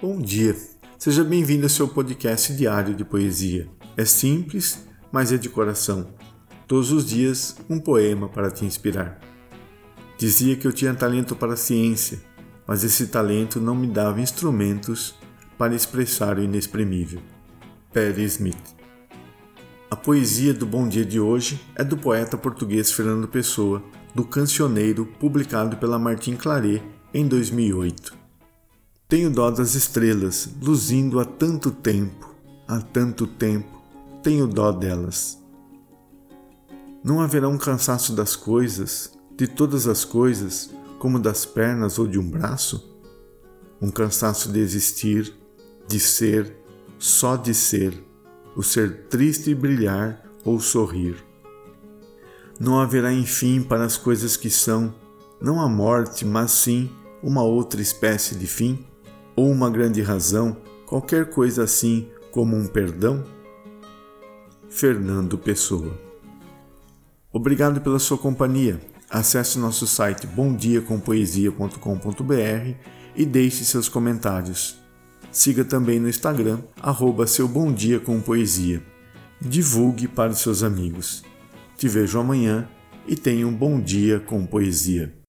Bom dia, seja bem-vindo ao seu podcast diário de poesia. É simples, mas é de coração. Todos os dias, um poema para te inspirar. Dizia que eu tinha talento para a ciência, mas esse talento não me dava instrumentos para expressar o inexprimível. Patti Smith. A poesia do Bom Dia de hoje é do poeta português Fernando Pessoa, do Cancioneiro, publicado pela Martim Claret em 2008. Tenho dó das estrelas, luzindo há tanto tempo, tenho dó delas. Não haverá um cansaço das coisas, de todas as coisas, como das pernas ou de um braço? Um cansaço de existir, de ser, só de ser, o ser triste e brilhar ou sorrir. Não haverá enfim para as coisas que são, não a morte, mas sim uma outra espécie de fim? Ou uma grande razão, qualquer coisa assim como um perdão? Fernando Pessoa. Obrigado pela sua companhia. Acesse nosso site bomdiacompoesia.com.br e deixe seus comentários. Siga também no Instagram, @seubomdiacompoesia. Divulgue para os seus amigos. Te vejo amanhã e tenha um bom dia com poesia.